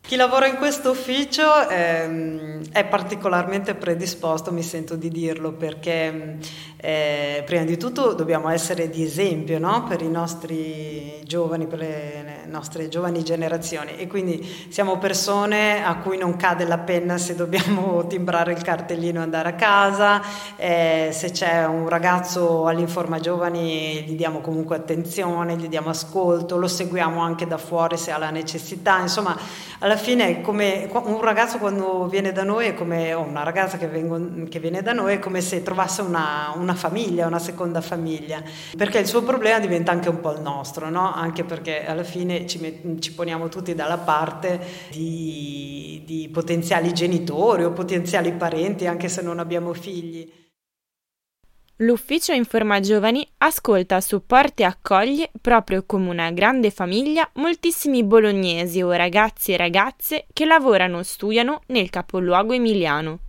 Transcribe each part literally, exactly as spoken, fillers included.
Chi lavora in questo ufficio ehm, è particolarmente predisposto, mi sento di dirlo, perché eh, prima di tutto dobbiamo essere di esempio, no? Per i nostri giovani, per le, le nostre giovani generazioni, e quindi siamo persone a cui non cade la penna se dobbiamo timbrare il cartellino e andare a casa, eh, se c'è un ragazzo all'Informa Giovani gli diamo comunque attenzione, gli diamo ascolto, lo seguiamo anche da fuori se ha la necessità, insomma alla fine come un ragazzo quando viene da noi è come, o una ragazza che, vengo, che viene da noi è come se trovasse una, una famiglia, una seconda famiglia, perché il suo problema diventa anche un po' il nostro, no? Anche perché alla fine ci, ci poniamo tutti dalla parte di, di potenziali genitori o potenziali parenti, anche se non abbiamo figli. L'ufficio Informa Giovani ascolta, supporta e accoglie, proprio come una grande famiglia, moltissimi bolognesi o ragazzi e ragazze che lavorano o studiano nel capoluogo emiliano.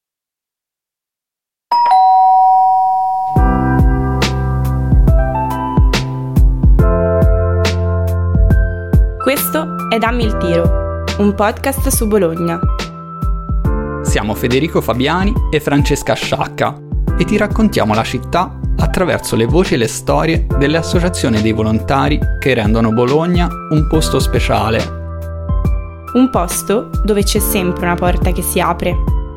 Questo è Dammi il tiro, un podcast su Bologna. Siamo Federico Fabiani e Francesca Sciacca e ti raccontiamo la città attraverso le voci e le storie delle associazioni dei volontari che rendono Bologna un posto speciale. Un posto dove c'è sempre una porta che si apre.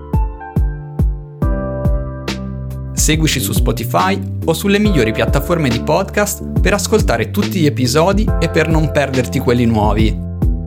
Seguici su Spotify o sulle migliori piattaforme di podcast per ascoltare tutti gli episodi e per non perderti quelli nuovi.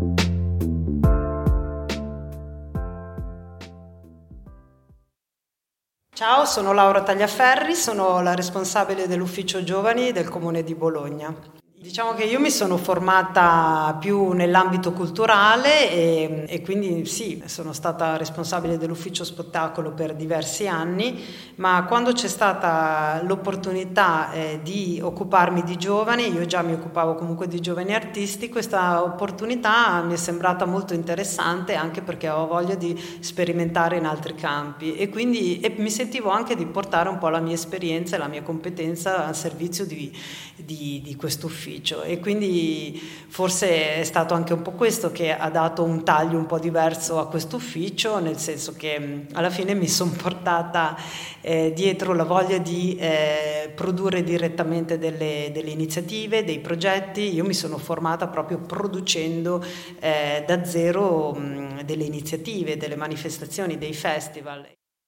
Ciao, sono Laura Tagliaferri, sono la responsabile dell'Ufficio Giovani del Comune di Bologna. Diciamo che io mi sono formata più nell'ambito culturale e, e quindi sì, sono stata responsabile dell'ufficio spettacolo per diversi anni, ma quando c'è stata l'opportunità eh, di occuparmi di giovani, io già mi occupavo comunque di giovani artisti, questa opportunità mi è sembrata molto interessante anche perché avevo voglia di sperimentare in altri campi e quindi e mi sentivo anche di portare un po' la mia esperienza e la mia competenza al servizio di, di, di questo ufficio. E quindi forse è stato anche un po' questo che ha dato un taglio un po' diverso a questo ufficio, nel senso che alla fine mi sono portata eh, dietro la voglia di eh, produrre direttamente delle, delle iniziative, dei progetti. Io mi sono formata proprio producendo eh, da zero mh, delle iniziative, delle manifestazioni, dei festival.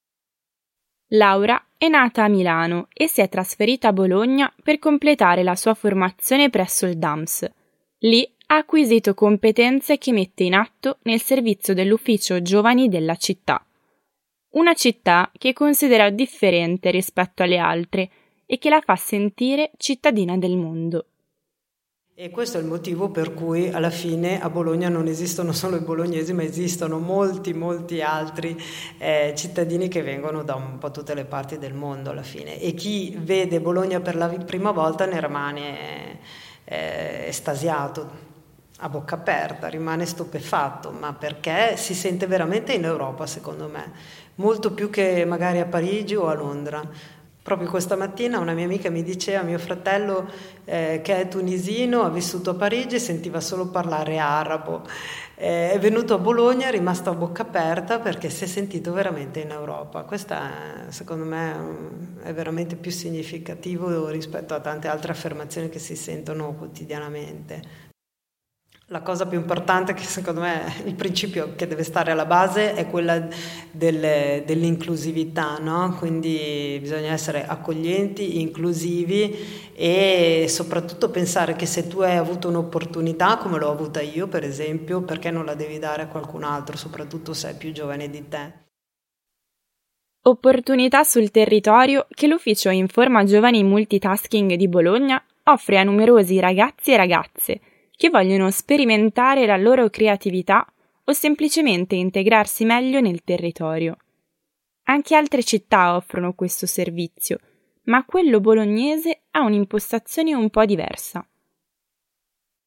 Laura è nata a Milano e si è trasferita a Bologna per completare la sua formazione presso il D A M S. Lì ha acquisito competenze che mette in atto nel servizio dell'Ufficio Giovani della città. Una città che considera differente rispetto alle altre e che la fa sentire cittadina del mondo. E questo è il motivo per cui alla fine a Bologna non esistono solo i bolognesi, ma esistono molti, molti altri eh, cittadini che vengono da un po' tutte le parti del mondo alla fine. E chi vede Bologna per la prima volta ne rimane eh, estasiato, a bocca aperta, rimane stupefatto, ma perché si sente veramente in Europa, secondo me, molto più che magari a Parigi o a Londra. Proprio questa mattina una mia amica mi diceva, mio fratello eh, che è tunisino, ha vissuto a Parigi, sentiva solo parlare arabo, eh, è venuto a Bologna, è rimasto a bocca aperta perché si è sentito veramente in Europa. Questa secondo me è veramente più significativo rispetto a tante altre affermazioni che si sentono quotidianamente. La cosa più importante, che secondo me è il principio che deve stare alla base, è quella del, dell'inclusività, no? Quindi bisogna essere accoglienti, inclusivi e soprattutto pensare che se tu hai avuto un'opportunità, come l'ho avuta io per esempio, perché non la devi dare a qualcun altro, soprattutto se è più giovane di te. Opportunità sul territorio che l'Ufficio Informa Giovani Multitasking di Bologna offre a numerosi ragazzi e ragazze che vogliono sperimentare la loro creatività o semplicemente integrarsi meglio nel territorio. Anche altre città offrono questo servizio, ma quello bolognese ha un'impostazione un po' diversa.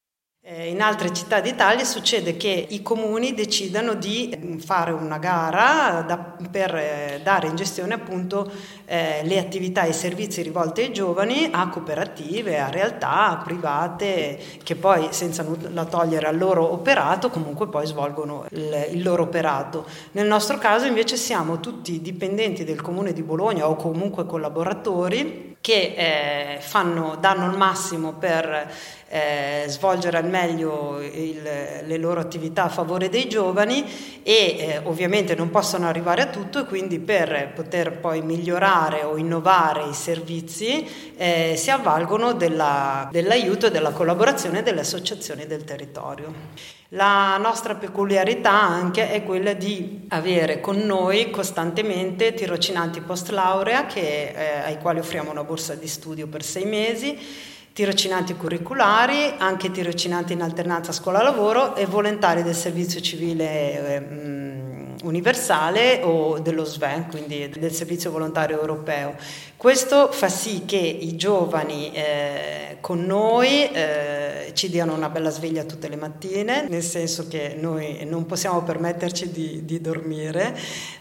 In altre città d'Italia succede che i comuni decidano di fare una gara da, per eh, dare in gestione appunto eh, le attività e i servizi rivolti ai giovani a cooperative, a realtà private che poi, senza nulla togliere al loro operato, comunque poi svolgono il, il loro operato. Nel nostro caso invece siamo tutti dipendenti del Comune di Bologna o comunque collaboratori che eh, fanno, danno il massimo per eh, svolgere al meglio il, le loro attività a favore dei giovani e eh, ovviamente non possono arrivare a tutto, e quindi per poter poi migliorare o innovare i servizi eh, si avvalgono della, dell'aiuto e della collaborazione delle associazioni del territorio. La nostra peculiarità anche è quella di avere con noi costantemente tirocinanti post laurea che, eh, ai quali offriamo una borsa di studio per sei mesi, tirocinanti curriculari, anche tirocinanti in alternanza scuola-lavoro e volontari del servizio civile eh, universale o dello S V E, quindi del servizio volontario europeo. Questo fa sì che i giovani eh, con noi eh, ci diano una bella sveglia tutte le mattine, nel senso che noi non possiamo permetterci di, di dormire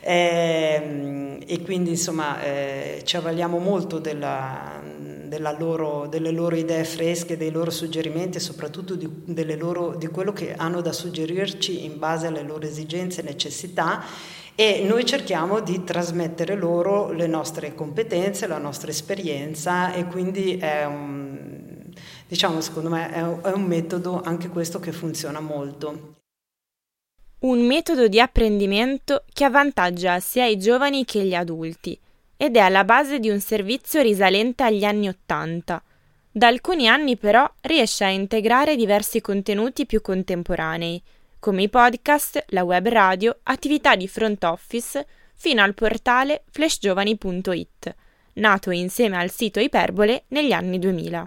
eh, e quindi insomma eh, ci avvaliamo molto della, della loro, delle loro idee fresche, dei loro suggerimenti e soprattutto di, delle loro, di quello che hanno da suggerirci in base alle loro esigenze e necessità. E noi cerchiamo di trasmettere loro le nostre competenze, la nostra esperienza, e quindi è un, diciamo, secondo me è un, è un metodo anche questo che funziona molto. Un metodo di apprendimento che avvantaggia sia i giovani che gli adulti ed è alla base di un servizio risalente agli anni Ottanta. Da alcuni anni però riesce a integrare diversi contenuti più contemporanei, come i podcast, la web radio, attività di front office, fino al portale flash giovani punto it, nato insieme al sito Iperbole negli anni duemila.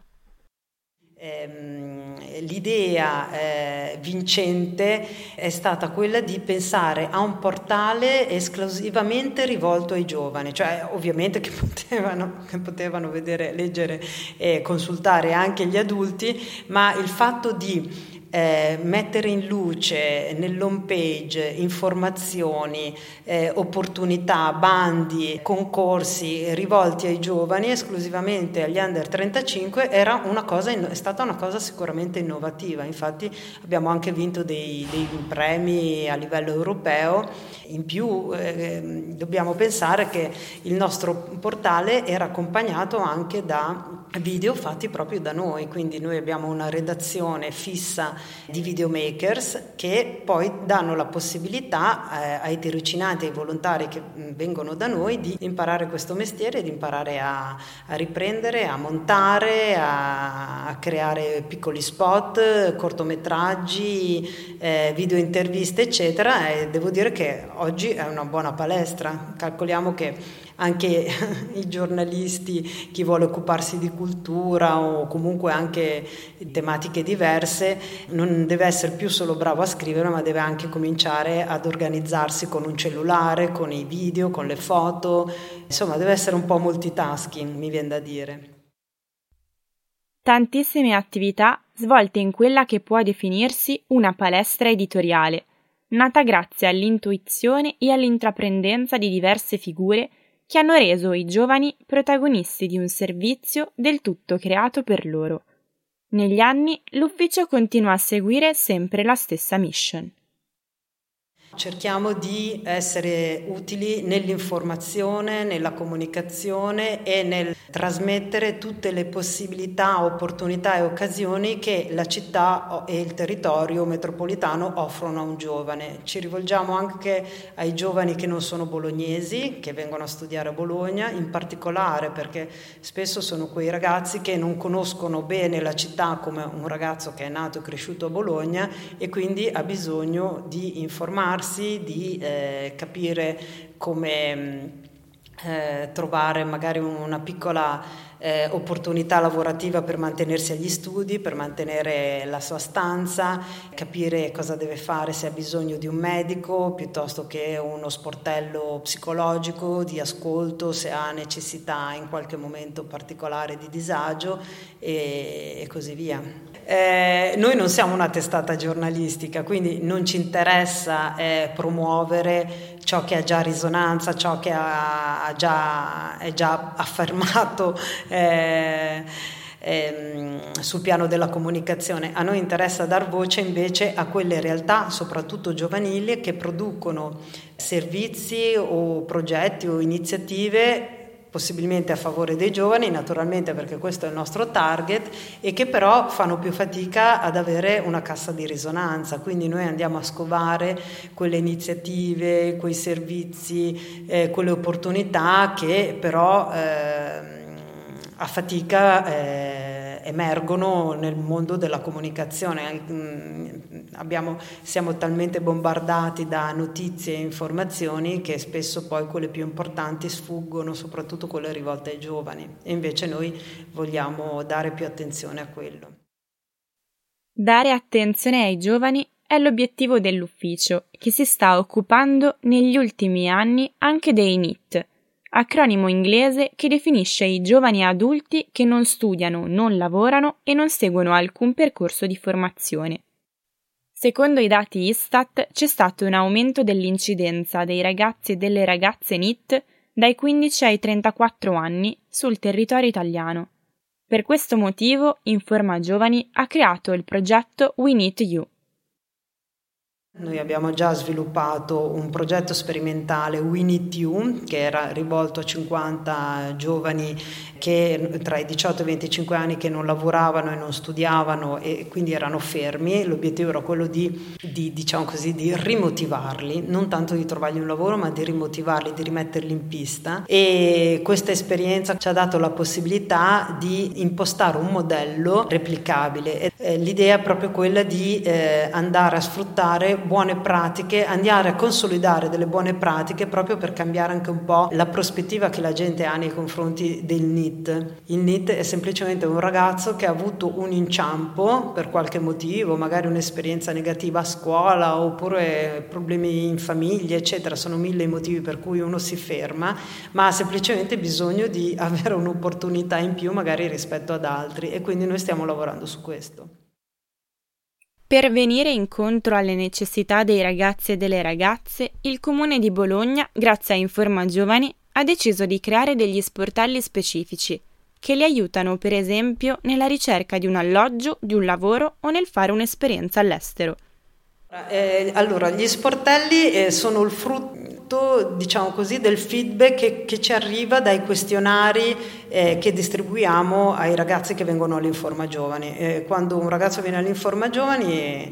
L'idea eh, vincente è stata quella di pensare a un portale esclusivamente rivolto ai giovani, cioè ovviamente che potevano, che potevano vedere, leggere e consultare anche gli adulti, ma il fatto di Eh, mettere in luce nell'home page informazioni, eh, opportunità, bandi, concorsi rivolti ai giovani, esclusivamente agli under trentacinque, era una cosa, è stata una cosa sicuramente innovativa. Infatti abbiamo anche vinto dei, dei premi a livello europeo. In più eh, dobbiamo pensare che il nostro portale era accompagnato anche da video fatti proprio da noi, quindi noi abbiamo una redazione fissa di videomakers che poi danno la possibilità eh, ai tirocinanti, ai volontari che mh, vengono da noi di imparare questo mestiere, di imparare a, a riprendere, a montare, a, a creare piccoli spot, cortometraggi, eh, video interviste eccetera, e devo dire che oggi è una buona palestra. Calcoliamo che anche i giornalisti, chi vuole occuparsi di cultura o comunque anche tematiche diverse, non deve essere più solo bravo a scrivere, ma deve anche cominciare ad organizzarsi con un cellulare, con i video, con le foto, insomma deve essere un po' multitasking, mi viene da dire. Tantissime attività svolte in quella che può definirsi una palestra editoriale, nata grazie all'intuizione e all'intraprendenza di diverse figure che hanno reso i giovani protagonisti di un servizio del tutto creato per loro. Negli anni l'ufficio continua a seguire sempre la stessa mission. Cerchiamo di essere utili nell'informazione, nella comunicazione e nel trasmettere tutte le possibilità, opportunità e occasioni che la città e il territorio metropolitano offrono a un giovane. Ci rivolgiamo anche ai giovani che non sono bolognesi, che vengono a studiare a Bologna, in particolare perché spesso sono quei ragazzi che non conoscono bene la città come un ragazzo che è nato e cresciuto a Bologna e quindi ha bisogno di informarsi, di eh, capire come eh, trovare magari una piccola eh, opportunità lavorativa per mantenersi agli studi, per mantenere la sua stanza, capire cosa deve fare, se ha bisogno di un medico piuttosto che uno sportello psicologico, di ascolto, se ha necessità in qualche momento particolare di disagio e, e così via. Eh, noi non siamo una testata giornalistica, quindi non ci interessa eh, promuovere ciò che ha già risonanza, ciò che ha, ha già, è già affermato eh, eh, sul piano della comunicazione. A noi interessa dar voce invece a quelle realtà, soprattutto giovanili, che producono servizi o progetti o iniziative possibilmente a favore dei giovani, naturalmente, perché questo è il nostro target, e che però fanno più fatica ad avere una cassa di risonanza. Quindi noi andiamo a scovare quelle iniziative, quei servizi, eh, quelle opportunità che però eh, a fatica eh, emergono nel mondo della comunicazione. Abbiamo, siamo talmente bombardati da notizie e informazioni che spesso poi quelle più importanti sfuggono, soprattutto quelle rivolte ai giovani, e invece noi vogliamo dare più attenzione a quello. Dare attenzione ai giovani è l'obiettivo dell'ufficio, che si sta occupando negli ultimi anni anche dei N I T, acronimo inglese che definisce i giovani adulti che non studiano, non lavorano e non seguono alcun percorso di formazione. Secondo i dati Istat c'è stato un aumento dell'incidenza dei ragazzi e delle ragazze N I T dai quindici ai trentaquattro anni sul territorio italiano. Per questo motivo, Informa Giovani ha creato il progetto We Need You. Noi abbiamo già sviluppato un progetto sperimentale We Need You, che era rivolto a cinquanta giovani che tra i diciotto e i venticinque anni che non lavoravano e non studiavano e quindi erano fermi. L'obiettivo era quello di, di diciamo così, di rimotivarli, non tanto di trovargli un lavoro, ma di rimotivarli, di rimetterli in pista. E questa esperienza ci ha dato la possibilità di impostare un modello replicabile. E l'idea è proprio quella di eh, andare a sfruttare buone pratiche, andare a consolidare delle buone pratiche proprio per cambiare anche un po' la prospettiva che la gente ha nei confronti del N I T. Il N I T è semplicemente un ragazzo che ha avuto un inciampo per qualche motivo, magari un'esperienza negativa a scuola oppure problemi in famiglia, eccetera. Sono mille i motivi per cui uno si ferma, ma ha semplicemente bisogno di avere un'opportunità in più magari rispetto ad altri, e quindi noi stiamo lavorando su questo. Per venire incontro alle necessità dei ragazzi e delle ragazze, il Comune di Bologna, grazie a Informa Giovani, ha deciso di creare degli sportelli specifici che li aiutano, per esempio, nella ricerca di un alloggio, di un lavoro o nel fare un'esperienza all'estero. Eh, allora, gli sportelli eh, sono il frutto, diciamo così, del feedback che, che ci arriva dai questionari eh, che distribuiamo ai ragazzi che vengono all'Informa Giovani. Eh, quando un ragazzo viene all'Informa Giovani,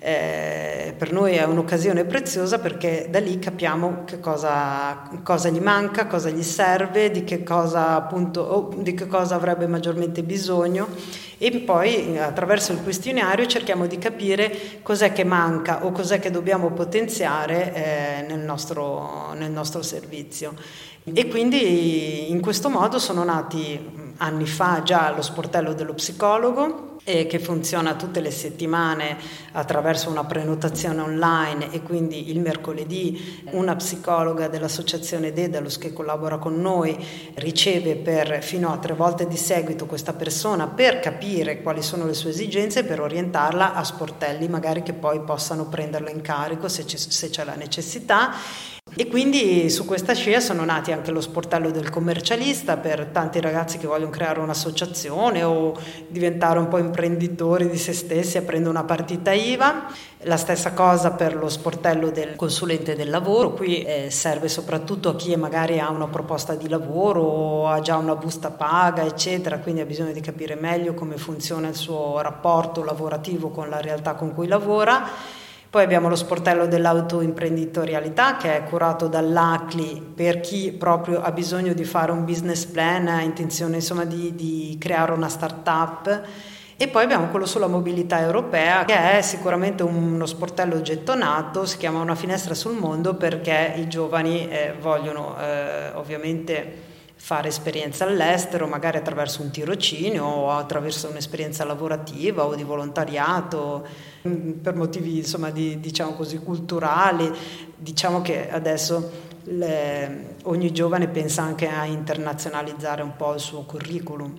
eh, per noi è un'occasione preziosa, perché da lì capiamo che cosa, cosa gli manca, cosa gli serve, di che cosa appunto, o di che cosa avrebbe maggiormente bisogno, e poi attraverso il questionario cerchiamo di capire cos'è che manca o cos'è che dobbiamo potenziare eh, nel nostro, nel nostro servizio. E quindi in questo modo sono nati anni fa già lo sportello dello psicologo, eh, che funziona tutte le settimane attraverso una prenotazione online, e quindi il mercoledì una psicologa dell'associazione Dedalus che collabora con noi riceve per fino a tre volte di seguito questa persona per capire quali sono le sue esigenze e per orientarla a sportelli magari che poi possano prenderla in carico se c'è, se c'è la necessità. E quindi su questa scia sono nati anche lo sportello del commercialista per tanti ragazzi che vogliono creare un'associazione o diventare un po' imprenditori di se stessi aprendo una partita I V A. La stessa cosa per lo sportello del consulente del lavoro. Qui eh, serve soprattutto a chi magari ha una proposta di lavoro o ha già una busta paga, eccetera, quindi ha bisogno di capire meglio come funziona il suo rapporto lavorativo con la realtà con cui lavora. Poi abbiamo lo sportello dell'autoimprenditorialità, che è curato dall'A C L I per chi proprio ha bisogno di fare un business plan, ha intenzione insomma di, di creare una start-up. E poi abbiamo quello sulla mobilità europea, che è sicuramente uno sportello gettonato, si chiama Una finestra sul mondo, perché i giovani eh, vogliono eh, ovviamente fare esperienza all'estero, magari attraverso un tirocinio o attraverso un'esperienza lavorativa o di volontariato, per motivi insomma di, diciamo così, culturali. Diciamo che adesso le, ogni giovane pensa anche a internazionalizzare un po' il suo curriculum.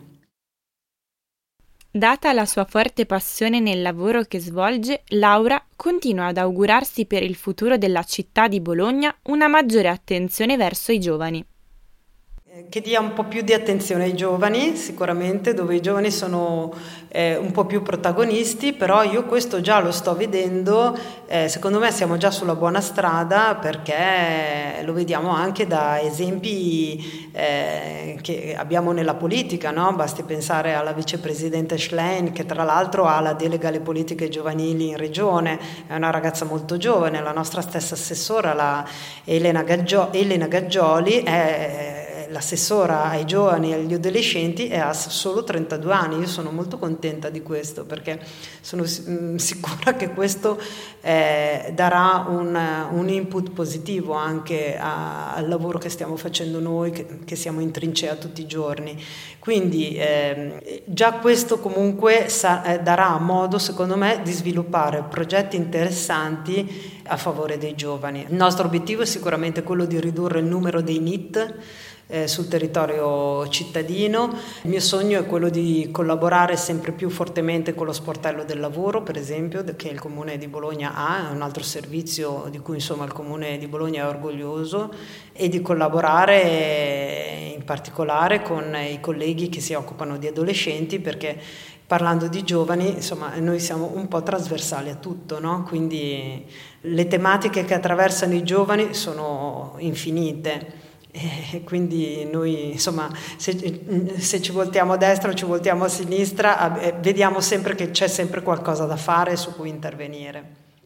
Data la sua forte passione nel lavoro che svolge, Laura continua ad augurarsi per il futuro della città di Bologna una maggiore attenzione verso i giovani. Che dia un po' più di attenzione ai giovani, sicuramente, dove i giovani sono eh, un po' più protagonisti, però io questo già lo sto vedendo, eh, secondo me siamo già sulla buona strada, perché lo vediamo anche da esempi eh, che abbiamo nella politica, no? Basti pensare alla vicepresidente Schlein, che tra l'altro ha la delega alle politiche giovanili in regione, è una ragazza molto giovane. La nostra stessa assessora, la Elena, Gaggio- Elena Gaggioli, è l'assessora ai giovani e agli adolescenti, e ha solo trentadue anni. Io sono molto contenta di questo, perché sono sicura che questo eh, darà un, un input positivo anche a, al lavoro che stiamo facendo noi, che, che siamo in trincea tutti i giorni. Quindi eh, già questo comunque sa, eh, darà modo, secondo me, di sviluppare progetti interessanti a favore dei giovani. Il nostro obiettivo è sicuramente quello di ridurre il numero dei N I T Eh, sul territorio cittadino. Il mio sogno è quello di collaborare sempre più fortemente con lo sportello del lavoro, per esempio, che il Comune di Bologna ha, è un altro servizio di cui insomma il Comune di Bologna è orgoglioso, e di collaborare in particolare con i colleghi che si occupano di adolescenti, perché parlando di giovani, insomma, noi siamo un po' trasversali a tutto, no? Quindi le tematiche che attraversano i giovani sono infinite. E quindi noi, insomma, se, se ci voltiamo a destra o ci voltiamo a sinistra, eh, vediamo sempre che c'è sempre qualcosa da fare su cui intervenire.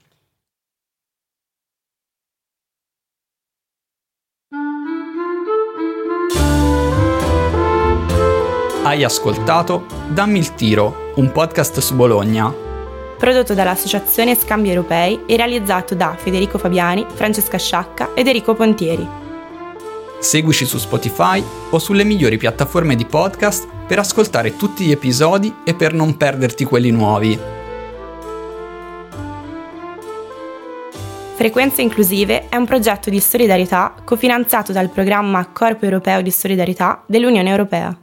Hai ascoltato Dammi il tiro, un podcast su Bologna, prodotto dall'Associazione Scambi Europei e realizzato da Federico Fabiani, Francesca Sciacca ed Enrico Pontieri. Seguici su Spotify o sulle migliori piattaforme di podcast per ascoltare tutti gli episodi e per non perderti quelli nuovi. Frequenze Inclusive è un progetto di solidarietà cofinanziato dal programma Corpo Europeo di Solidarietà dell'Unione Europea.